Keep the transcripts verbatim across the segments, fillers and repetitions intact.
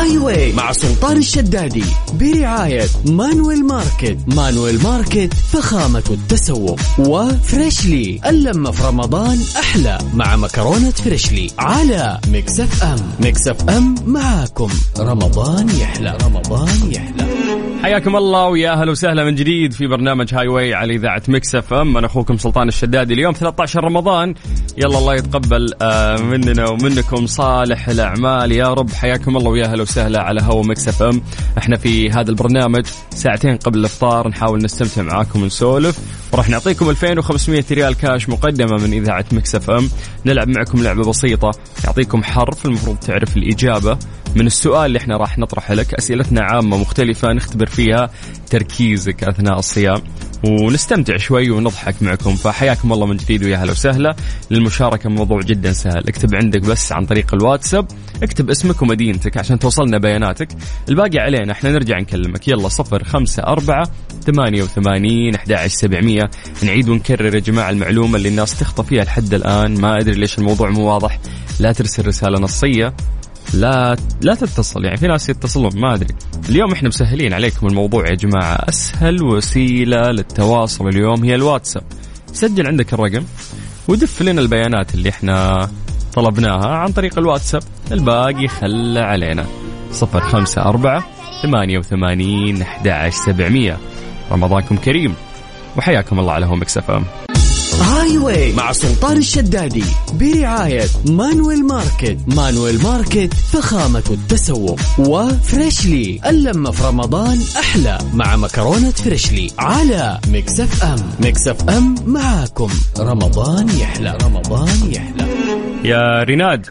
هاي واي مع سلطان الشدادي برعاية مانويل ماركت. مانويل ماركت فخامة التسوق، وفريشلي اللمة في رمضان أحلى مع مكرونة فريشلي على ميكس اف ام. ميكس اف ام معاكم رمضان يحلى، رمضان يحلى. حياكم الله ويا أهلا وسهلا من جديد في برنامج هاي واي على إذاعة ميكس اف ام. أنا أخوكم سلطان الشدادي. اليوم ثلاثة عشر رمضان، يلا الله يتقبل مننا ومنكم صالح الأعمال يا رب. حياكم الله ويا أهلا وسهلا على هوا ميكس اف ام. احنا في هذا البرنامج ساعتين قبل الإفطار نحاول نستمتع معاكم ونسولف، وراح نعطيكم ألفين وخمسمية ريال كاش مقدمة من إذاعة ميكس اف ام. نلعب معكم لعبة بسيطة، يعطيكم حرف المفروض تعرف الإجابة من السؤال اللي احنا راح نطرحه لك. أسئلتنا عامة مختلفة نختبر فيها تركيزك أثناء الصيام ونستمتع شوي ونضحك معكم. فحياكم الله من جديد ويا هلا وسهلا. للمشاركة موضوع جدا سهل، اكتب عندك بس عن طريق الواتساب، اكتب اسمك ومدينتك عشان توصلنا بياناتك، الباقي علينا احنا نرجع نكلمك. يلا صفر خمسة أربعة ثمانية وثمانين أحد عشر سبعمية. نعيد ونكرر يا جماعة المعلومة اللي الناس تخطى فيها لحد الآن، ما أدري ليش الموضوع مو واضح. لا ترسل رسالة نصية، لا لا تتصل، يعني في ناس يتصلون ما أدري. اليوم إحنا مسهلين عليكم الموضوع يا جماعة. أسهل وسيلة للتواصل اليوم هي الواتساب. سجل عندك الرقم ودف لنا البيانات اللي إحنا طلبناها عن طريق الواتساب، الباقي خلى علينا. صفر خمسة أربعة ثمانية وثمانين أحد عشر سبعمية. رمضانكم كريم وحياكم الله على هوم ميكس اف ام. هاي واي مع سلطان الشدادي برعاية مانويل ماركت. مانويل ماركت فخامة التسوق، وفريشلي اللمة في رمضان أحلى مع مكرونة فريشلي على ميكس اف ام. ميكس اف ام معاكم رمضان يحلى، رمضان يحلى. يا ريناد.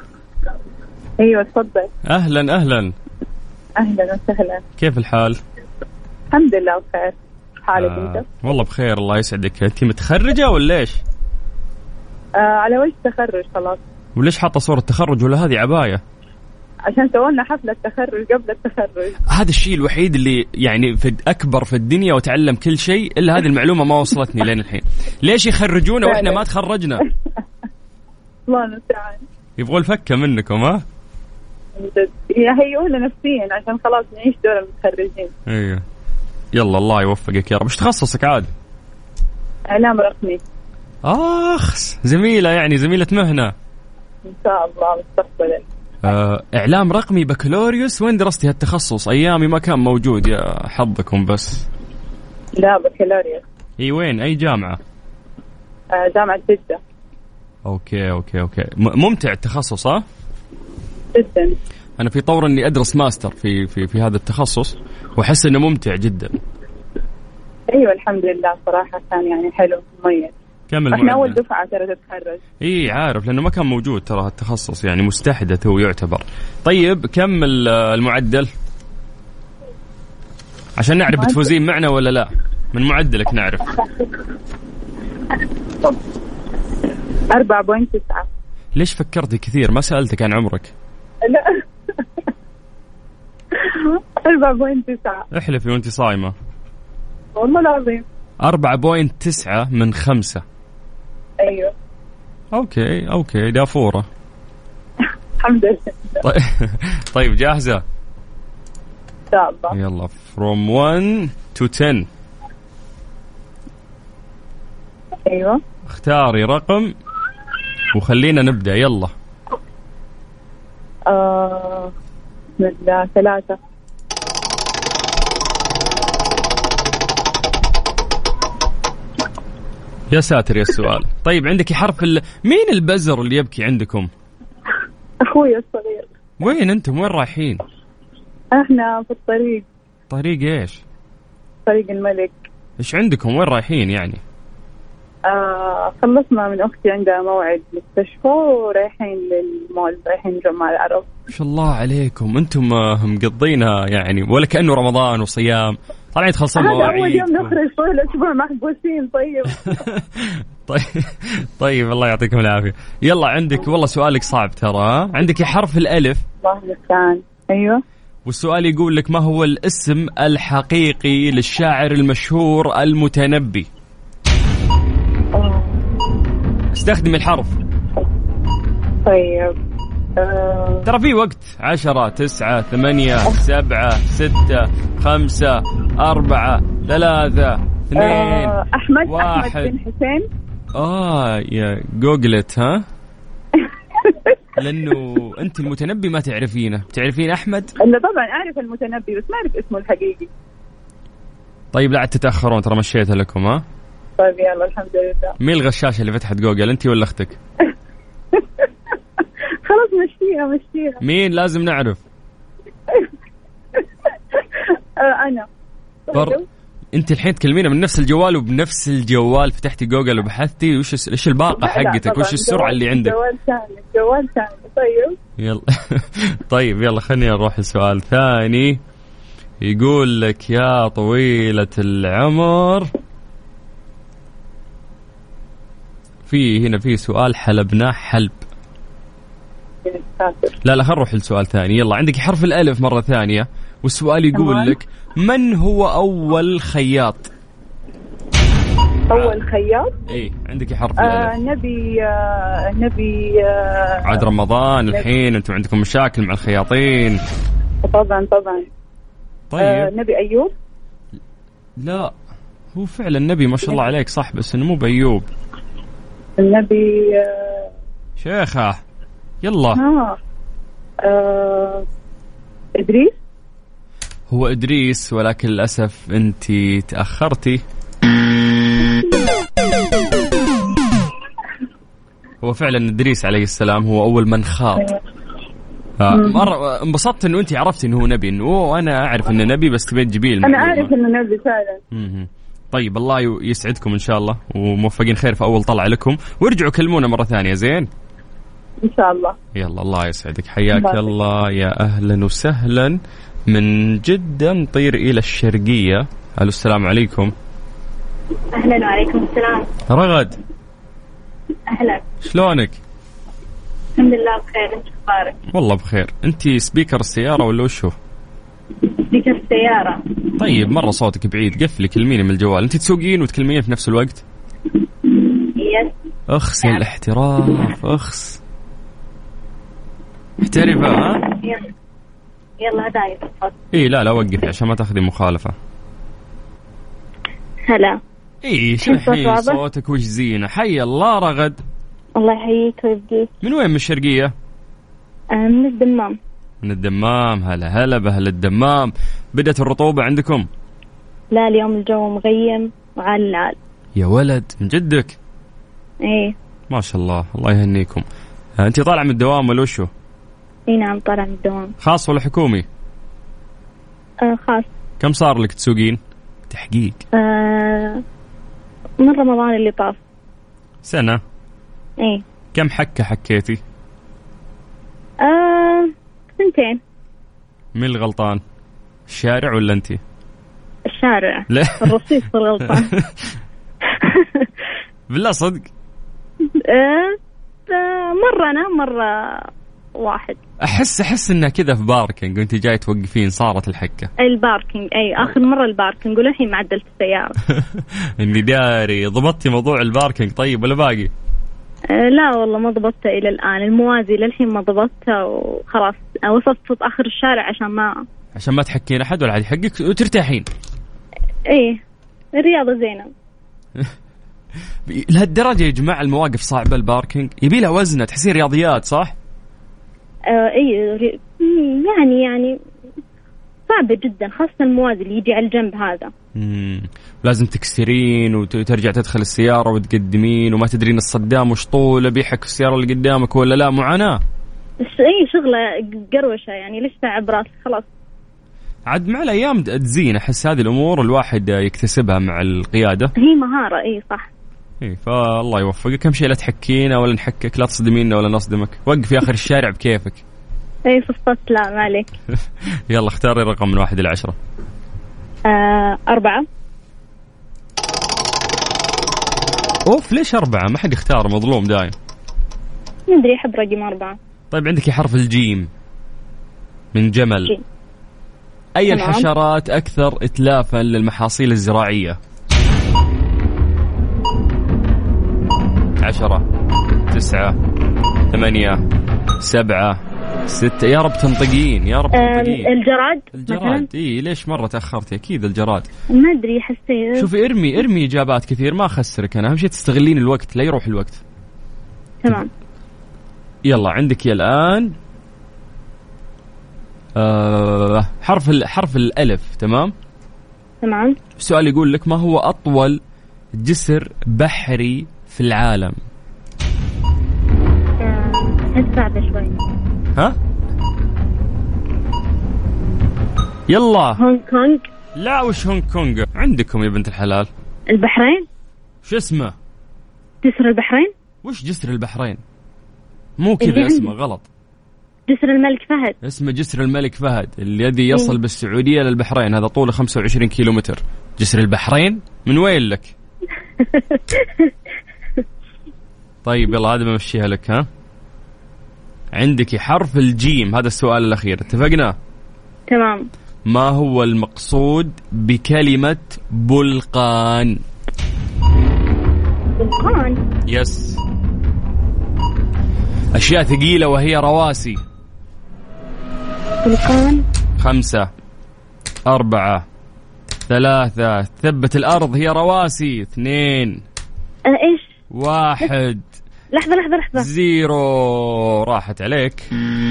ايوه تفضل. اهلا اهلا اهلا وسهلا. كيف الحال؟ الحمد لله بخير. حالك آه انت؟ والله بخير الله يسعدك. انت متخرجة ولا ايش؟ آه على وجه تخرج خلاص. وليش حاطة صورة تخرج ولا هذه عباية؟ عشان سوينا حفلة تخرج قبل التخرج. هذا الشيء الوحيد اللي يعني في أكبر في الدنيا وتعلم كل شيء، إلا هذه المعلومة ما وصلتني لين الحين. ليش يخرجونا وإحنا ما تخرجنا؟ الله المستعان. يبغوا الفكة منكم ها؟ يهيئونا نفسيا عشان خلاص نعيش دور المتخرجين. ايوه يلا الله يوفقك يا رب. ايش تخصصك عاد؟ إعلام رقمي. اخ زميلة، يعني زميلة مهنة ان شاء الله مستقبلا. آه، اعلام رقمي بكالوريوس. وين درستي هالتخصص؟ ايامي ما كان موجود يا حظكم بس. لا بكالوريوس. اي وين؟ اي جامعة؟ آه جامعة جدة. اوكي اوكي اوكي ممتع التخصص ها؟ جدا. انا في طور اني ادرس ماستر في في في هذا التخصص واحس انه ممتع جدا. ايوه الحمد لله صراحة كان يعني حلو مميز. كم احنا اول دفعة ترى تتخرج. اي عارف لانه ما كان موجود ترى هالتخصص، يعني مستحدث هو يعتبر. طيب كم المعدل عشان نعرف بتفوزين معنا ولا لا؟ من معدلك نعرف. أربعة بوينت تسعة. ليش فكرتي كثير؟ ما سألتك عن عمرك. لا أربعة بوينت تسعة. احلفي وانت صايمة. والله العظيم. أربعة بوينت تسعة من خمسة. أيوة. أوكي أوكي دافورة. الحمد لله. طيب جاهزة؟ إن شاء الله. يلا from one to ten. أيوة. اختاري رقم وخلينا نبدأ يلا. آه... بسم الله. ثلاثة. يا ساتر يا السؤال. طيب عندك حرف ال... مين البزر اللي يبكي عندكم؟ أخوي الصغير. وين أنتم؟ وين رايحين؟ احنا في الطريق. طريق ايش؟ طريق الملك. ايش عندكم؟ وين رايحين يعني؟ آه خلصنا من أختي عندها موعد مستشفى ورايحين للمول، رايحين جمع العرب. ما شاء الله عليكم انتم مقضينها يعني ولا كأنه رمضان وصيام. طالعين تخلصون مواعيد. هذا أول يوم نخرج طول الأسبوع محبوسين. طيب طيب طيب الله يعطيكم العافية. يلا عندك والله سؤالك صعب ترى. عندك حرف الألف. الله المستعان. أيوة. والسؤال يقول لك ما هو الاسم الحقيقي للشاعر المشهور المتنبي؟ أوه. استخدم الحرف. طيب آه ترى في وقت. عشرة تسعة ثمانية سبعة ستة خمسة أربعة ثلاثة اثنين آه أحمد واحد. أحمد بن حسين. آه يا جوجلت ها. لأنه أنت المتنبي ما تعرفينه، تعرفين أحمد؟ لا طبعا أعرف المتنبي بس ما أعرف اسمه الحقيقي. طيب لا تتأخرون ترى مشيتها لكم ها. طيب يلا الحمد لله. مين الغشاشة اللي فتحت جوجل، أنت ولا أختك؟ خلاص مشيها مشيها. مين لازم نعرف؟ آه أنا. بر... أنت الحين تكلمينا من نفس الجوال وبنفس الجوال فتحتي جوجل وبحثتي وش إيش الباقة حقتك وش السرعة اللي عندك؟ جوال ثاني جوال ثاني. طيب يلا. طيب يلا خلينا نروح لسؤال ثاني. يقول لك يا طويلة العمر، في هنا في سؤال حلبناه حلب. لا لا خلينا نروح لسؤال ثاني. يلا عندك حرف الألف مرة ثانية والسؤال يقول أمان. لك من هو أول خياط؟ أول خياط؟ إيه عندك حرف آه الألف. نبي آه نبي آه عاد رمضان الحين أنتم عندكم مشاكل مع الخياطين. طبعا طبعا. طيب آه نبي أيوب. لا هو فعلا النبي ما شاء الله عليك صح بس إنه مو بأيوب. النبي آه شيخة. يلا آه. آه إدريس. هو إدريس ولكن للأسف أنت تأخرتي. هو فعلا إدريس عليه السلام هو أول من خاط. مرة انبسطت إنه أنت عرفتي إنه هو نبي، إنه أنا أعرف إنه نبي بس تبين جبيل. أنا أعرف إنه نبي فعلا. طيب الله يسعدكم إن شاء الله وموفقين خير في أول طلع لكم، وارجعوا كلمونا مرة ثانية زين إن شاء الله. يلا الله يسعدك. حياك الله يا أهلا وسهلا. من جدة نطير إلى الشرقية. ألو السلام عليكم. أهلا وعليكم السلام. رغد أهلا شلونك؟ الحمد لله بخير، أنت أخبارك؟ والله بخير. أنت سبيكر السيارة ولا وشو؟ سبيكر السيارة. طيب مرة صوتك بعيد، قفلي كلميني من الجوال. أنت تسوقين وتكلمين في نفس الوقت؟ يس. أخس يا الاحتراف أخس. احترفها ها؟ يلا يلا داير الصوت. إيه لا لا وقفي عشان ما تاخذي مخالفة. هلا. إيه شحين صوتك وش زينة. حي الله رغد. الله يحييك ويبقيك. من وين من الشرقية؟ من الدمام. من الدمام. هلا هلا بأهل الدمام. بدأت الرطوبة عندكم؟ لا اليوم الجو مغيم وعال العال. يا ولد من جدك؟ ايه ما شاء الله الله يهنيكم. أنت طالع من الدوام ولا وشو؟ اي نعم طالع من الدوام. خاص ولا حكومي؟ آه خاص. كم صار لك تسوقين؟ تحقيق. آه من رمضان اللي طاف. سنة؟ ايه. كم حكة حكيتي؟ آه سنتين. مين الغلطان؟ الشارع ولا أنتي؟ الشارع. لا الرصيف الغلطان. بالله صدق؟ آه مرة أنا مرة واحد. أحس أحس إنها كذا في باركينج وأنت جاي توقفين صارت الحكة. الباركينج أي آخر مرة الباركينج والحين معدلت السيارة. إني داري. ضبطتي موضوع الباركينج طيب ولا باقي؟ أه لا والله ما ضبطتها إلى الآن. الموازي للحين ما ضبطتها وخلاص وصلت آخر الشارع عشان ما عشان ما تحكين أحد ولا عاد يحقك وترتاحين. إيه الرياضة زينة. لهالدرجة يا جماعة المواقف صعبة الباركينج يبي لها وزنة تحسين رياضيات صح؟ آه إيه يعني يعني صعبة جدا خاصة الموازي اللي يجي على الجنب هذا. مم. لازم تكسرين وترجع تدخل السيارة وتقدمين وما تدرين الصدام وش طوله بيحك السيارة اللي قدامك ولا لا. معاناة. أي شغلة قروشة يعني ليش تعب راسك خلاص. عاد مع الأيام تزين. أحس هذه الأمور الواحد يكتسبها مع القيادة. هي مهارة. إيه صح. إيه فالله يوفقك. كم شيء لا تحكينا ولا نحكك لا تصدمينا ولا نصدمك. وقف في آخر الشارع بكيفك. إيه فصلت لا ما عليك. يلا اختاري رقم من واحد إلى عشرة. آه أربعة. أوف ليش أربعة؟ ما حد يختار مظلوم دايم. ندري أحب رقم أربعة. طيب عندك حرف الجيم من جمل. جيم. أي تمام. الحشرات أكثر إتلافا للمحاصيل الزراعية؟ عشرة تسعة ثمانية سبعة ستة. يا رب تنطقين يا رب تنطقين. الجراد. الجراد. إيه ليش مرة تأخرتي؟ أكيد الجراد. ما أدري حسيت. شوفي ارمي ارمي إجابات كثير ما أخسرك أنا، أهم شيء تستغلين الوقت لا يروح الوقت. تمام. يلا عندك يا الآن آه حرف حرف الألف. تمام تمام. السؤال يقول لك ما هو أطول جسر بحري في العالم؟ آه صعبة شوي. ها يلا. هونغ كونغ. لا وش هونغ كونغ عندكم يا بنت الحلال؟ البحرين. شو اسمه؟ جسر البحرين. وش جسر البحرين؟ مو كذا اسمه غلط. جسر الملك فهد. اسمه جسر الملك فهد الذي يصل بالسعودية للبحرين، هذا طوله خمسة وعشرين كيلومتر. جسر البحرين من وين لك؟ طيب يلا هذا بمشيها لك. ها عندك حرف الجيم، هذا السؤال الأخير اتفقنا؟ تمام. ما هو المقصود بكلمة بلقان؟ بلقان. يس. أشياء ثقيلة وهي رواسي. بلقان. خمسة أربعة ثلاثة، ثبت الأرض هي رواسي. اثنين أه إيش واحد. لحظة لحظة لحظة. زيرو راحت عليك.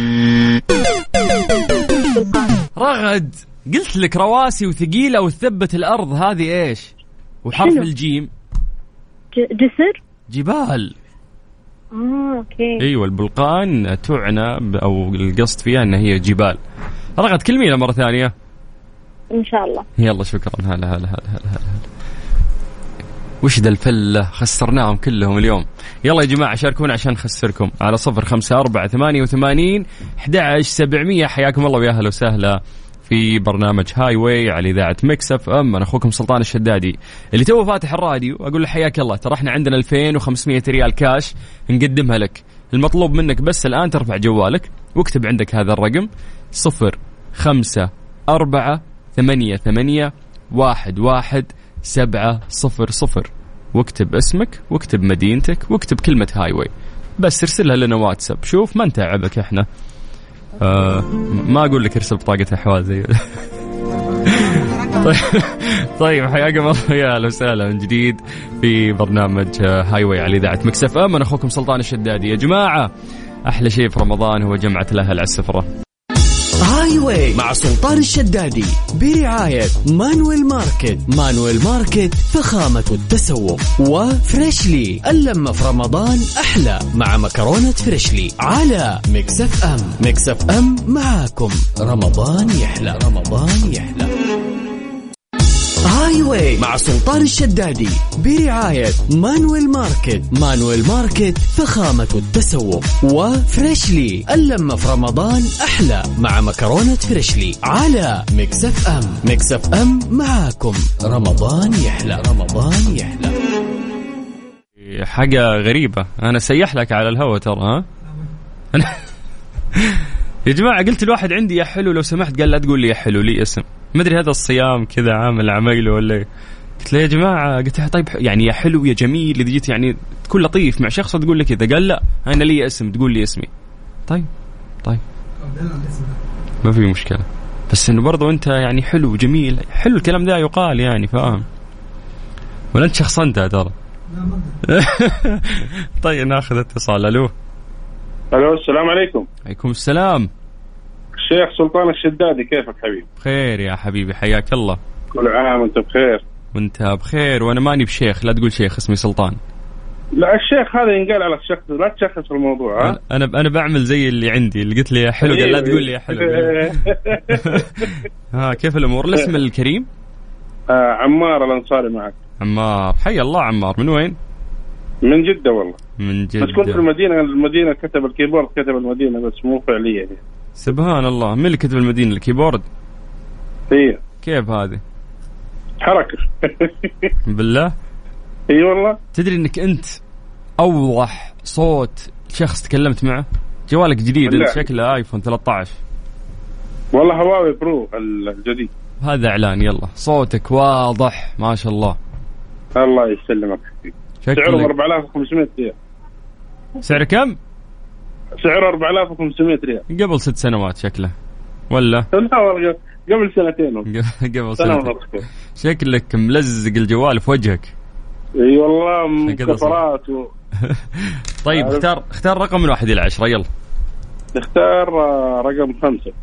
رغد قلت لك رواسي وثقيلة وثبت الأرض، هذه إيش؟ وحرف شنو؟ الجيم جسر. جبال. آه أوكي. أيوة البلقان تعنى أو القصد فيها أنها هي جبال. رغد كلمينا مرة ثانية إن شاء الله. يلا شكرا. هلا هلا هلا هلا هلا. وش ذا الفلة خسرناهم كلهم اليوم. يلا يا جماعة شاركونا عشان نخسركم على صفر خمسة أربعة ثمانية وثمانين أحد عشر سبعمية. حياكم الله ويا أهلا وسهلا في برنامج هاي واي على إذاعة ميكس اف ام. أنا أخوكم سلطان الشدادي اللي تو فاتح الراديو. أقول له حياك الله، ترى احنا عندنا ألفين وخمسمية ريال كاش نقدمها لك. المطلوب منك بس الآن ترفع جوالك واكتب عندك هذا الرقم صفر خمسة أربعة ثمانية ثمانية واحد واحد سبعة صفر صفر، واكتب اسمك واكتب مدينتك واكتب كلمة هاي واي، بس ارسلها لنا واتساب. شوف ما نتعبك احنا. آه ما أقول لك ارسل بطاقة أحوال زي طيب, طيب حياكم الله يا أهلا وسهلا من جديد في برنامج هاي واي على إذاعة ميكس اف ام. أنا أخوكم سلطان الشدادي. يا جماعة أحلى شيء في رمضان هو جمعة الأهل على السفرة. هاي واي مع سلطان الشدادي برعاية مانويل ماركت. مانويل ماركت فخامة التسوق، وفريشلي اللمة في رمضان أحلى مع مكرونة فريشلي على ميكس اف ام. ميكس اف ام معاكم رمضان يحلى. رمضان يحلى. هاي واي مع سلطان الشدادي برعاية مانويل ماركت. مانويل ماركت فخامة التسوق، وفريشلي اللمة في رمضان أحلى مع مكرونة فريشلي على ميكس اف ام. ميكس اف ام معاكم رمضان يحلى. رمضان يحلى. حاجة غريبة أنا سيح لك على الهوا ترى. ها أنا يا جماعة قلت الواحد عندي يا حلو لو سمحت، قال لا تقول لي يا حلو لي اسم. ما أدري هذا الصيام كذا عامل عميله ولا إيه. قلت له يا جماعة، قلت له طيب يعني يا حلو يا جميل إذا جيت يعني تكون لطيف مع شخص تقول لي كذا. قال لا أنا لي اسم تقول لي اسمي. طيب طيب ما في مشكلة، بس إنه برضو أنت يعني حلو جميل حلو الكلام ده يقال يعني فاهم، ولا أنت شخص أنت ترى. طيب ناخذ اتصال. ألو. ألو السلام عليكم. عليكم السلام. الشيخ سلطان الشدادي، كيفك حبيبي؟ بخير يا حبيبي حياك الله. كل عام وانت بخير. وانت بخير، وانا ماني بشيخ لا تقول شيخ، اسمي سلطان. لا الشيخ هذا ينقال على الشخص، لا تشخص في الموضوع. ها انا انا بعمل زي اللي عندي اللي قلت لي يا حلو قال لا تقول لي يا حلو. ها كيف الامور؟ الاسم الكريم آه عمار الانصاري معك. عمار حي الله. عمار من وين؟ من جدة والله. من جدة. بس كنت في المدينة، المدينة كتب الكيبورد كتب المدينة بس مو فعليا. سبحان الله، من اللي كتب المدينة الكيبورد؟ هي كيف هذه حركة؟ بالله اي والله. تدري انك انت اوضح صوت شخص تكلمت معه؟ جوالك جديد انت شكله ايفون ثلاثة عشر. والله هواوي برو الجديد. هذا اعلان. يلا صوتك واضح ما شاء الله. الله يسلمك. سعره أربعة آلاف وخمسمية ريال. سعر كم؟ سعره أربعة آلاف وخمسمائة ريال. قبل ست سنوات شكله ولا؟ لا والله قبل سنتين. قبل سنتين. شكلك ملزق الجوال في وجهك. اي والله مكفرات و... طيب اختار اختار رقم من واحد إلى عشرة يلا. اختار رقم خمسة.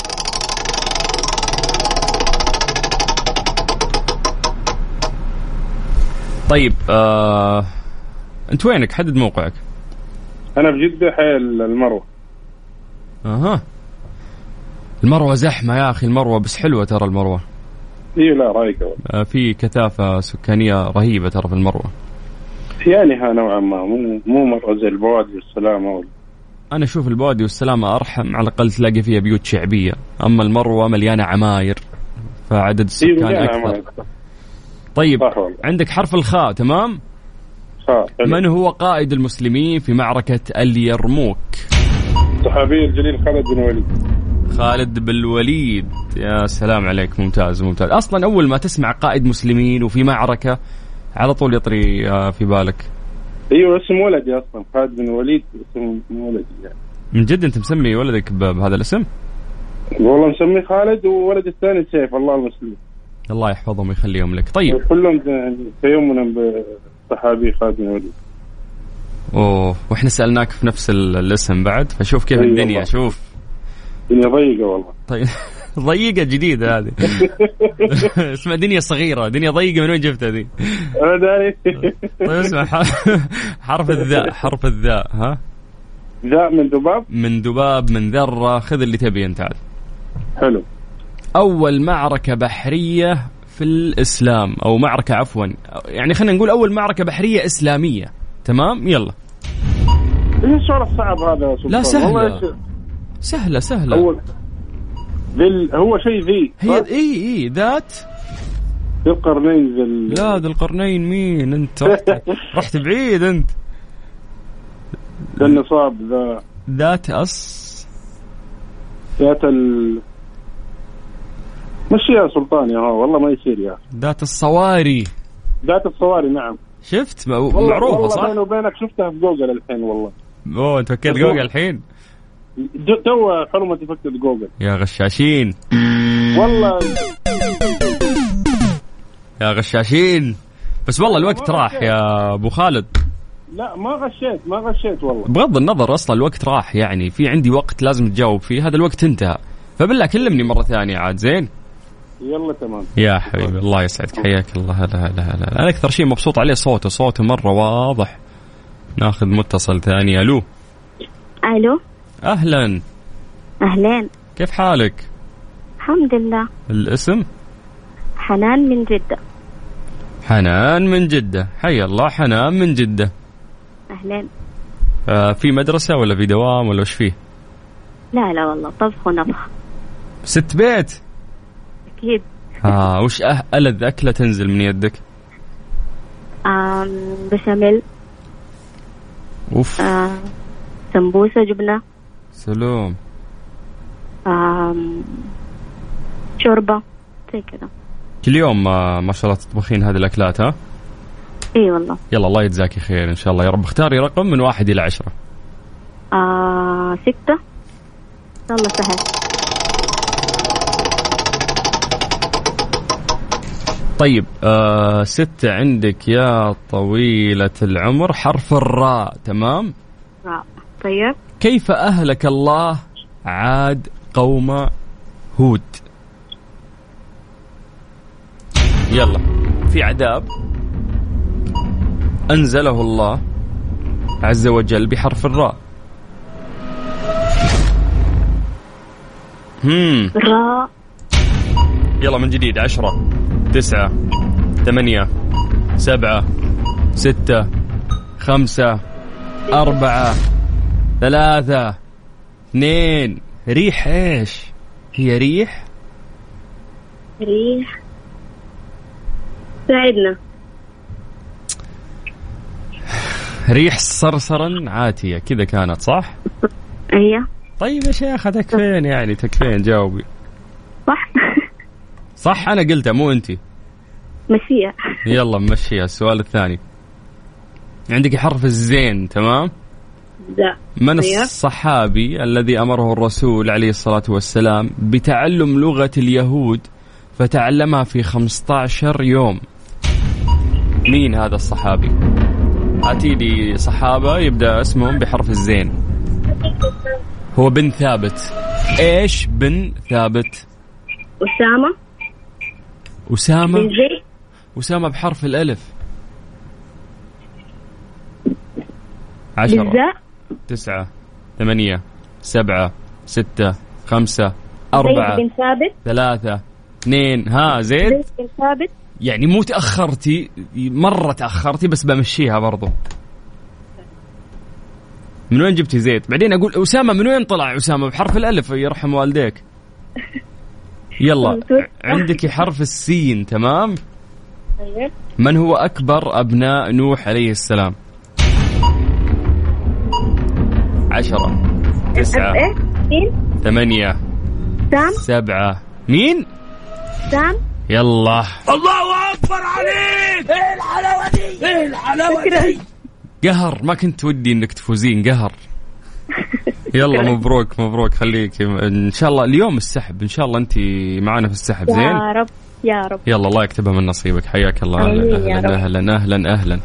طيب آه... انت وينك؟ حدد موقعك. انا في جدة حي المروة. اها المروة زحمة يا اخي المروة، بس حلوة ترى المروة. اي لا رايقة. آه في كثافة سكانية رهيبة ترى في المروة. يعني نوعا ما مو مو مرة زي البوادي والسلامة ولا. انا اشوف البوادي والسلامة ارحم، على الاقل تلاقي فيها بيوت شعبية، اما المروة مليانة عماير فعدد السكان اكثر. طيب عندك حرف الخاء تمام؟ خاء. من هو قائد المسلمين في معركة اليرموك؟ الصحابي الجليل خالد بن الوليد. خالد بن الوليد، يا سلام عليك، ممتاز ممتاز. أصلا أول ما تسمع قائد مسلمين وفي معركة على طول يطري في بالك. أيوة اسم ولدي أصلا خالد بن الوليد، اسم ولدي يعني. من جد أنت مسمي ولدك بهذا الاسم؟ والله مسمي خالد، وولد الثاني سيف الله المسلم. الله يحفظهم ويخليهم لك. طيب كلهم تيمنا بصحابي خالد بن الوليد. أوه وإحنا سألناك في نفس الاسم بعد، فشوف كيف الدنيا. الله. شوف الدنيا ضيقة والله. طيب ضيقة جديدة هذه. اسمها دنيا صغيرة، دنيا ضيقة من وين جبتها دي؟ أنا داري. طيب اسمع حرف الذاء، حرف الذاء. ها ذاء من ذباب. من ذباب، من ذرة، خذ اللي تبي أنت عاد. حلو. أول معركة بحرية في الإسلام، أو معركة عفوا يعني خلينا نقول أول معركة بحرية إسلامية. تمام يلا. إيه السؤال الصعب هذا؟ لا سهلة سهلة سهلة. أول ذل هو شيء ذي هي إيه إيه ذات ذي القرنين. ذل لا ذي القرنين مين أنت؟ رحت, رحت بعيد أنت. ذا النصاب. ذا ذات أص ذات ال مشي يا سلطان يا هو والله ما يصير يا. ذات الصواري. ذات الصواري نعم. شفت معروفة صح؟ بيني وبينك شفتها في جوجل الحين والله. أوه أنت فكرت جوجل الحين؟ تو حرمتي فكرت جوجل. يا غشاشين والله يا غشاشين. بس والله الوقت راح يا أبو خالد. لا ما غشيت ما غشيت والله. بغض النظر أصلا الوقت راح، يعني في عندي وقت لازم تجاوب فيه، هذا الوقت انتهى، فبالله كلمني مرة ثانية عاد. زين يلا تمام يا حبيبي الله يسعدك حياك الله. لا لا لا لا أنا أكثر شيء مبسوط عليه صوته، صوته مرة واضح. ناخذ متصل ثاني. ألو. ألو. أهلا. أهلين. كيف حالك؟ الحمد لله. الاسم؟ حنان من جدة. حنان من جدة، حي الله حنان من جدة. أهلين. آه في مدرسة ولا في دوام ولا وش فيه؟ لا لا والله طبخ ونطبخ. ست بيت؟ أكيد. آه وش أه ألذ أكلة تنزل من يدك؟ آم بشاميل. أوف. آه سمبوسة جبنة. سلام. آم شوربة زي كذا. كل يوم ما, ما شاء الله تطبخين هذه الأكلات ها؟ إيه والله. يلا الله يجزاكي خير إن شاء الله يا رب. اختاري رقم من واحد إلى عشرة. آه ستة. والله سهل. طيب آه ستة عندك يا طويلة العمر. حرف الراء. تمام. راء. طيب. كيف أهلك الله عاد قوم هود؟ يلا. في عذاب أنزله الله عز وجل بحرف الراء. هم راء. يلا من جديد. عشرة تسعة ثمانية سبعة ستة خمسة أربعة ثلاثة اثنين. ريح ايش هي؟ ريح ريح ساعدنا. ريح صرصرا عاتية كذا كانت صح؟ ايوه. طيب يا شيخ تكفين يعني تكفين جاوبي. صح. صح أنا قلتها مو أنتي. مشيها. يلا مشيها. السؤال الثاني عندك حرف الزين. تمام. لا. من طيب. الصحابي الذي أمره الرسول عليه الصلاة والسلام بتعلم لغة اليهود فتعلمها في خمسة عشر يوم؟ مين هذا الصحابي؟ أتي لي صحابة يبدأ اسمهم بحرف الزين. هو بن ثابت. إيش بن ثابت؟ أسامة. أسامة. بن زيد. أسامة بحرف الألف. عشرة. بالزاء. تسعة. ثمانية. سبعة. ستة. خمسة. أربعة. زيد بن ثابت. ثلاثة. اثنين. ها زيد. زيد بن ثابت. يعني مو تأخرتي مرة، تأخرتي بس بمشيها برضو. من وين جبتي زيد؟ بعدين أقول أسامة من وين طلع أسامة بحرف الألف يرحم والديك. يلا عندك حرف السين. تمام. من هو أكبر أبناء نوح عليه السلام؟ عشرة. تسعة. ثمانية. سام. سبعة. مين؟ سام. يلا. الله أكبر عليك. ايه الحلاوة دي، ايه الحلاوة دي. قهر، ما كنت ودي انك تفوزين، قهر. يلا مبروك مبروك، خليك ان شاء الله اليوم السحب، ان شاء الله انت معنا في السحب. زين يا رب يا رب. يلا الله يكتبها من نصيبك. حياك الله. اهلا اهلا اهلا اهلا اهلا.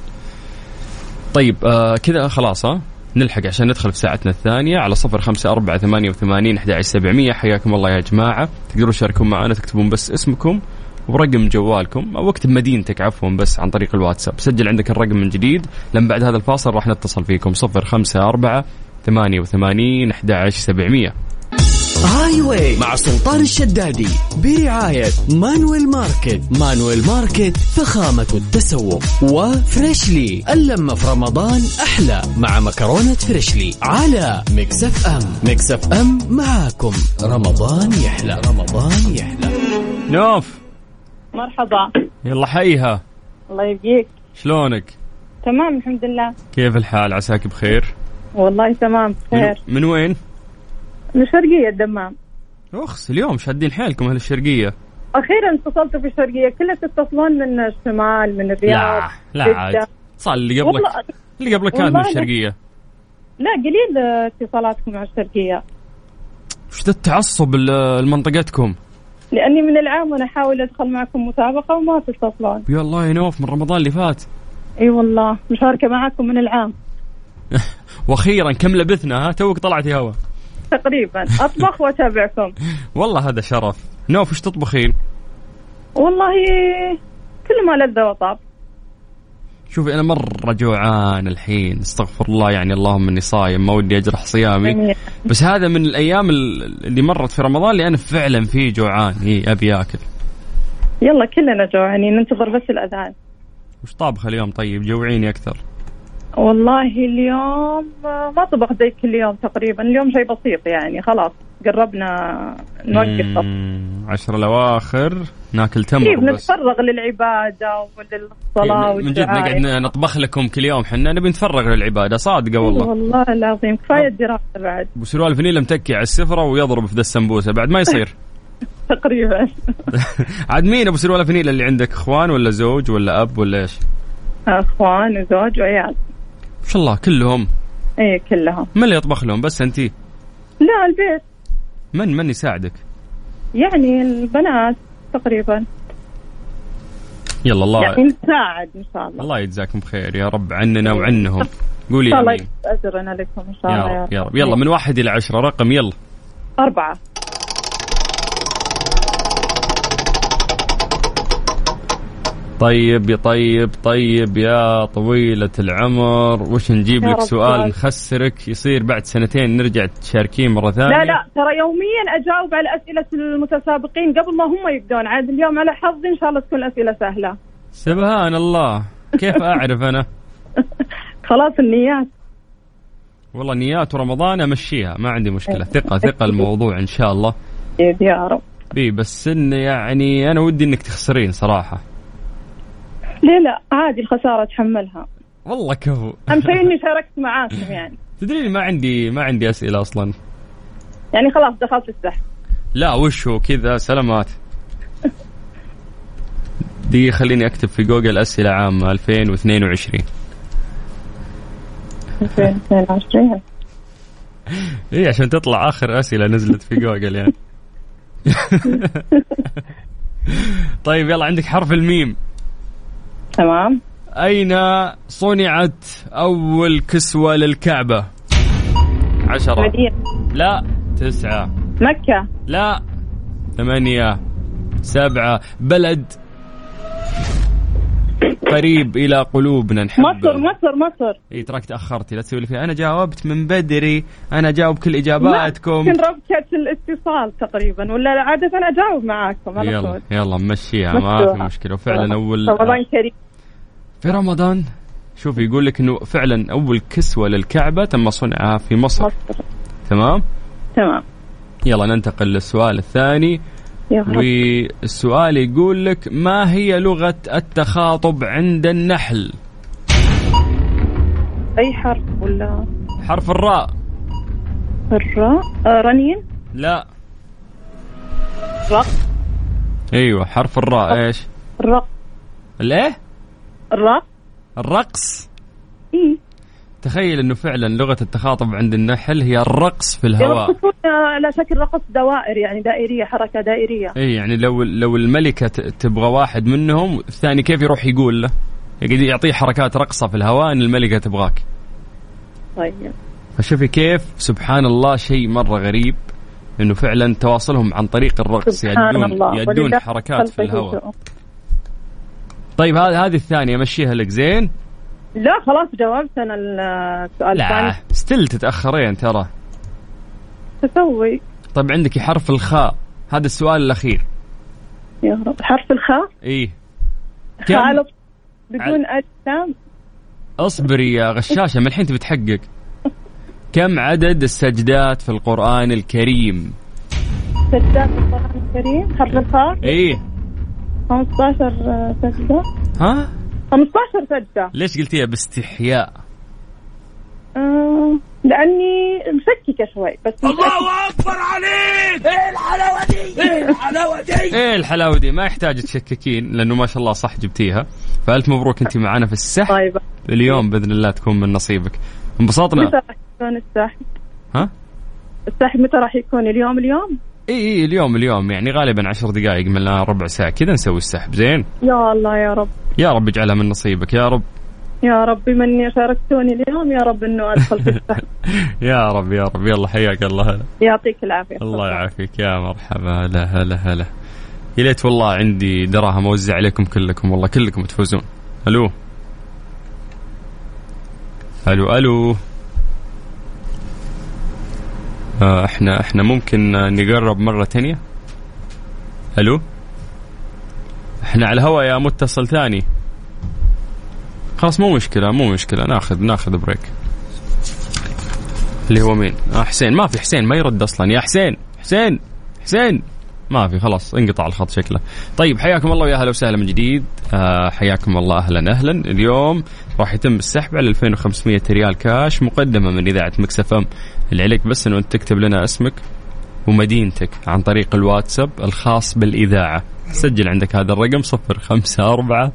طيب آه كذا خلاص، ها نلحق عشان ندخل في ساعتنا الثانية على صفر خمسة أربعة ثمانية وثمانين أحد عشر سبعمية. حياكم الله يا جماعة. تقدروا تشاركون معنا، تكتبون بس اسمكم ورقم جوالكم أو اكتب مدينتك عفوا بس عن طريق الواتساب. سجل عندك الرقم من جديد، لما بعد هذا الفاصل راح نتصل فيكم. صفر خمسة أربعة ثمانية وثمانين أحد عشر سبعمية. هاي واي مع سلطان الشدادي برعاية مانويل ماركت. مانويل ماركت فخامة التسوق، وفريشلي اللمة في رمضان أحلى مع مكرونة فريشلي على ميكس اف ام. ميكس اف ام معاكم رمضان يحلى، رمضان يحلى. نوف مرحبا. يلا حيها. الله يبقيك. شلونك؟ تمام الحمد لله. كيف الحال؟ عساك بخير؟ والله تمام بخير. من, من وين؟ من الشرقية الدمام. أخس اليوم شادين حيلكم أهل الشرقية. أخيرا اتصلت في الشرقية، كلها تتصلون من الشمال من الرياض. لا لا عاد صار اللي قبلك، اللي قبلك كانت من الشرقية. لا قليل اتصالاتكم مع الشرقية. وش ذا التعصب لمنطقتكم؟ لأني من العام وأنا أحاول أدخل معكم مسابقة وما تتصلون. يا الله يا نوف، من رمضان اللي فات. اي والله مشاركة معكم من العام. واخيرا كم لبثنا، ها توك طلعتي هوا تقريبا. اطبخ واتابعكم. والله هذا شرف. نوف وش تطبخين؟ والله كل ما لذ وطاب. شوفي انا مره جوعان الحين، استغفر الله، يعني اللهم اني صايم ما ودي اجرح صيامي، بس هذا من الايام اللي مرت في رمضان اللي انا فعلا فيه جوعان. اي ابي اكل. يلا كلنا جوعانين، ننتظر بس الاذان. وش طابخه اليوم؟ طيب جوعيني اكثر. والله اليوم ما طبخ زي كل يوم تقريبا، اليوم شيء بسيط يعني، خلاص قربنا نوقف عشر الأواخر ناكل تمر إيه بس. نتفرغ للعبادة وللصلاة من جد نقعد نطبخ لكم كل يوم، حنا نبي نتفرغ للعبادة صادقة والله. والله العظيم كفاية الدراسة بعد. وسروال فنيلة متكي على السفرة ويضرب في ذا السمبوسة بعد ما يصير. تقريبا. عاد مين أبو سروال فنيلة اللي عندك؟ إخوان ولا زوج ولا أب ولا إيش؟ إخوان وزوج وعيال. ما شاء الله كلهم. إيه كلهم. من اللي يطبخ لهم بس أنتي؟ لا البيت. من من يساعدك؟ يعني البنات تقريبا. يلا الله يعني نساعد إن شاء الله. الله يجزاكم خير يا رب عننا وعنهم. قولي يا الله أمين. أجرنا لكم إن شاء الله يا رب. يا رب. يلا من واحد إلى عشرة رقم. يلا أربعة. طيب يا طيب طيب يا طويلة العمر، وش نجيب لك سؤال نخسرك يصير بعد سنتين نرجع تشاركين مرة ثانية؟ لا لا ترى يوميا أجاوب على أسئلة المتسابقين قبل ما هم يبدون، عاد اليوم على حظي إن شاء الله تكون الأسئلة سهلة. سبحان الله، كيف أعرف أنا؟ خلاص النيات. والله نيات ورمضان أمشيها ما عندي مشكلة. ثقة ثقة الموضوع إن شاء الله. يا رب. بي بس إن يعني أنا ودي إنك تخسرين صراحة. لا لا عادي الخسارة تحملها. والله كفو. أهم شيء إني شاركت معاكم يعني. تدري ما عندي ما عندي أسئلة أصلا. يعني خلاص دخلت السحب. لا وش هو كذا سلامات. دي خليني أكتب في جوجل أسئلة عامة ألفين واثنين وعشرين. ألفين واثنين وعشرين. إيه عشان تطلع آخر أسئلة نزلت في جوجل يعني. طيب يلا عندك حرف الميم. تمام. أين صنعت أول كسوة للكعبة؟ عشرة. مدينة. لا. تسعة. مكة. لا. ثمانية. سبعة. بلد قريب إلى قلوبنا نحب. مصر مصر مصر. إيه تراك تأخرتي لا تسوي لي فيها. أنا جاوبت من بدري. أنا جاوب كل إجاباتكم. يمكن ربكة الاتصال تقريبا ولا عادة أنا أجاوب معاكم. يلا يلا مشيها ما في مشكلة. وفعلا أول رمضان كريم في رمضان. شوف يقول لك إنه فعلا أول كسوة للكعبة تم صنعها في مصر, مصر. تمام تمام. يلا ننتقل للسؤال الثاني. والسؤال يقول لك ما هي لغة التخاطب عند النحل؟ أي حرف ولا حرف الراء. الراء. آه رنين. لا. رق. ايوه حرف الراء. ايش الرق؟ الايه الرق. الرقص. إيه؟ تخيل انه فعلا لغة التخاطب عند النحل هي الرقص في الهواء. على شكل رقص دوائر يعني دائرية حركة دائرية. اي يعني لو لو الملكة تبغى واحد منهم الثاني كيف يروح يقول له يعطيه حركات رقصة في الهواء ان الملكة تبغاك. طيب فشوفي كيف سبحان الله شيء مرة غريب انه فعلا تواصلهم عن طريق الرقص يدون يدون حركات في الهواء. طيب هذه هذه الثانية مشيها لك زين. لا خلاص جاوبت أنا السؤال الثاني. لا ستيل تتأخرين ترى. تسوي. طيب عندك حرف الخاء. هذا السؤال الأخير. يا رب حرف الخاء. إيه. خالص بدون أجسام. أصبري يا غشاشة من الحين تبي تحقق. كم عدد السجدات في القرآن الكريم؟ سجدات في القرآن الكريم حرف الخاء. إيه. خمسة عشر سجدة. ها؟ خمسة عشر سجدة. ليش قلتيها باستحياء؟ آه لأني مشككة شوي بس. الله أكبر عليك. إيه الحلاوة دي؟ إيه الحلاوة دي؟ إيه الحلاوة دي؟ ما يحتاج تشككين لأنه ما شاء الله صح جبتيها. فألف مبروك أنت معنا في السحب. طيب. اليوم بإذن الله تكون من نصيبك. انبسطنا. متى راح يكون السحب؟ ها؟ السحب متى راح يكون؟ اليوم اليوم؟ إيه إيه اليوم اليوم يعني غالبا عشر دقائق من ربع ساعة كذا نسوي السحب. زين. يا الله يا رب. يا رب اجعلها من نصيبك يا رب. يا رب من شاركتوني اليوم يا رب انه ادخل في السحب. يا رب يا رب. يلا حياك الله. هلا يعطيك العافيه. الله يعافيك يا مرحبا. هلا هلا هلا. يا ليت والله عندي دراهم اوزع عليكم كلكم والله كلكم تفوزون. الو الو الو. آه احنا احنا ممكن نقرب مرة تانية. الو احنا على الهواء يا متصل ثاني. خلاص مو مشكلة مو مشكلة ناخذ ناخذ بريك. اللي هو مين؟ آه حسين. ما في حسين ما يرد أصلا. يا حسين حسين حسين ما في. خلاص انقطع الخط شكله. طيب حياكم الله ويا أهلا وسهلا من جديد. آه حياكم الله أهلا أهلا. اليوم راح يتم السحب على ألفين وخمسمية ريال كاش مقدمة من إذاعة ميكس إف إم. اللي عليك بس إنه أنت تكتب لنا اسمك ومدينتك عن طريق الواتساب الخاص بالإذاعة. سجل عندك هذا الرقم صفر خمسة أربعة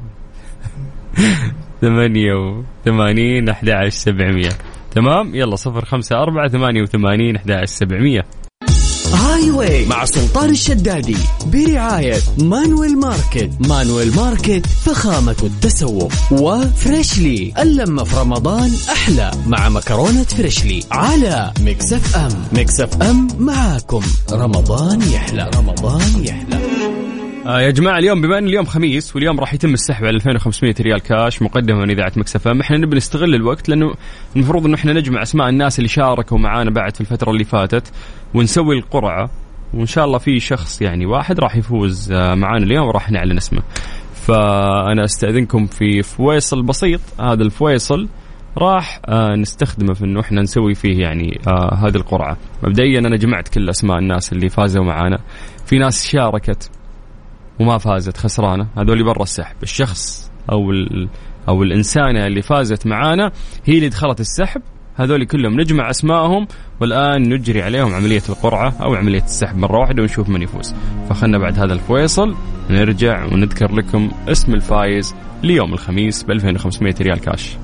ثمانية وثمانين أحد عشر سبعمية. تمام يلا صفر خمسة أربعة ثمانية وثمانين أحد عشر سبعمية. هاي واي مع سلطان الشدادي برعاية مانويل ماركت. مانويل ماركت فخامة التسوق. وفريشلي اللمة في رمضان أحلى مع مكرونة فريشلي على ميكس إف إم. ميكس إف إم معاكم رمضان يحلى رمضان يحلى. آه يا جماعة اليوم بما أن اليوم خميس واليوم راح يتم السحب على ألفين وخمسمية ريال كاش مقدمة من إذاعة ميكس إف إم. إحنا نبي نستغل الوقت لأنه المفروض إنه إحنا نجمع أسماء الناس اللي شاركوا معانا بعد في الفترة اللي فاتت ونسوي القرعة وإن شاء الله في شخص يعني واحد راح يفوز معانا اليوم وراح نعلن اسمه. فأنا أستأذنكم في فويصل بسيط. هذا الفويصل راح آه نستخدمه في إنه إحنا نسوي فيه يعني آه هذه القرعة. مبدئيا أنا جمعت كل أسماء الناس اللي فازوا معانا. في ناس شاركت وما فازت خسرانة هذول برا السحب. الشخص أو أو الإنسانة اللي فازت معانا هي اللي دخلت السحب. هذول كلهم نجمع أسمائهم والآن نجري عليهم عملية القرعة أو عملية السحب مرة واحدة ونشوف من يفوز. فخلنا بعد هذا الفويصل نرجع ونذكر لكم اسم الفايز ليوم الخميس ب ألفين وخمسمية ريال كاش.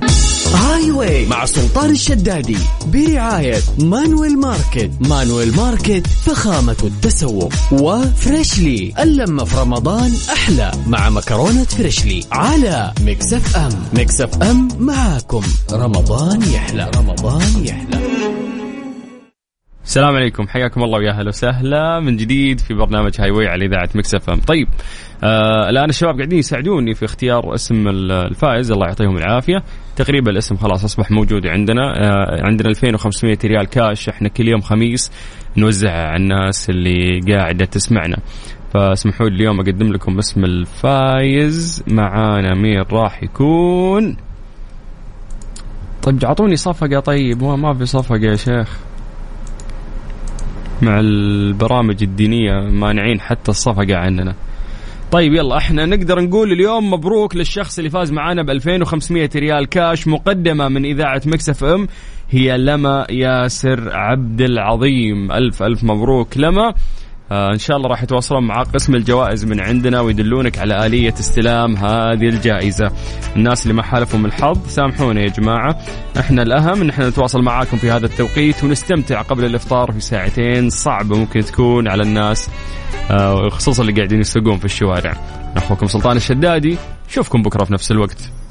هاي واي مع سلطان الشدادي برعاية مانويل ماركت. مانويل ماركت فخامة التسوق. وفريشلي اللمة في رمضان أحلى مع مكرونة فريشلي على ميكس اف ام. ميكس اف ام معاكم رمضان يحلى. رمضان يحلى. السلام عليكم، حياكم الله ويا اهلا وسهلا من جديد في برنامج هاي واي على اذاعه ميكس اف ام. طيب آه الان الشباب قاعدين يساعدوني في اختيار اسم الفائز، الله يعطيهم العافيه. تقريبا الاسم خلاص اصبح موجود عندنا. آه عندنا ألفين وخمسمية ريال كاش، احنا كل يوم خميس نوزعها على الناس اللي قاعده تسمعنا، فاسمحوا لي اليوم اقدم لكم اسم الفايز. معانا مين راح يكون؟ طيب اعطوني صفقه. طيب ما ما في صفقه يا شيخ، مع البرامج الدينية مانعين حتى الصفقة عننا. طيب يلا احنا نقدر نقول اليوم مبروك للشخص اللي فاز معانا ب ألفين وخمسمية ريال كاش مقدمة من إذاعة ميكس اف ام، هي لما ياسر عبد العظيم. ألف ألف مبروك لما. آه إن شاء الله راح يتواصلون مع قسم الجوائز من عندنا ويدلونك على آلية استلام هذه الجائزة. الناس اللي ما حالفهم الحظ سامحونا يا جماعة، احنا الأهم ان احنا نتواصل معاكم في هذا التوقيت ونستمتع قبل الإفطار في ساعتين صعبة ممكن تكون على الناس، آه خصوصا اللي قاعدين يسوقون في الشوارع. أخوكم سلطان الشدادي، شوفكم بكرة في نفس الوقت.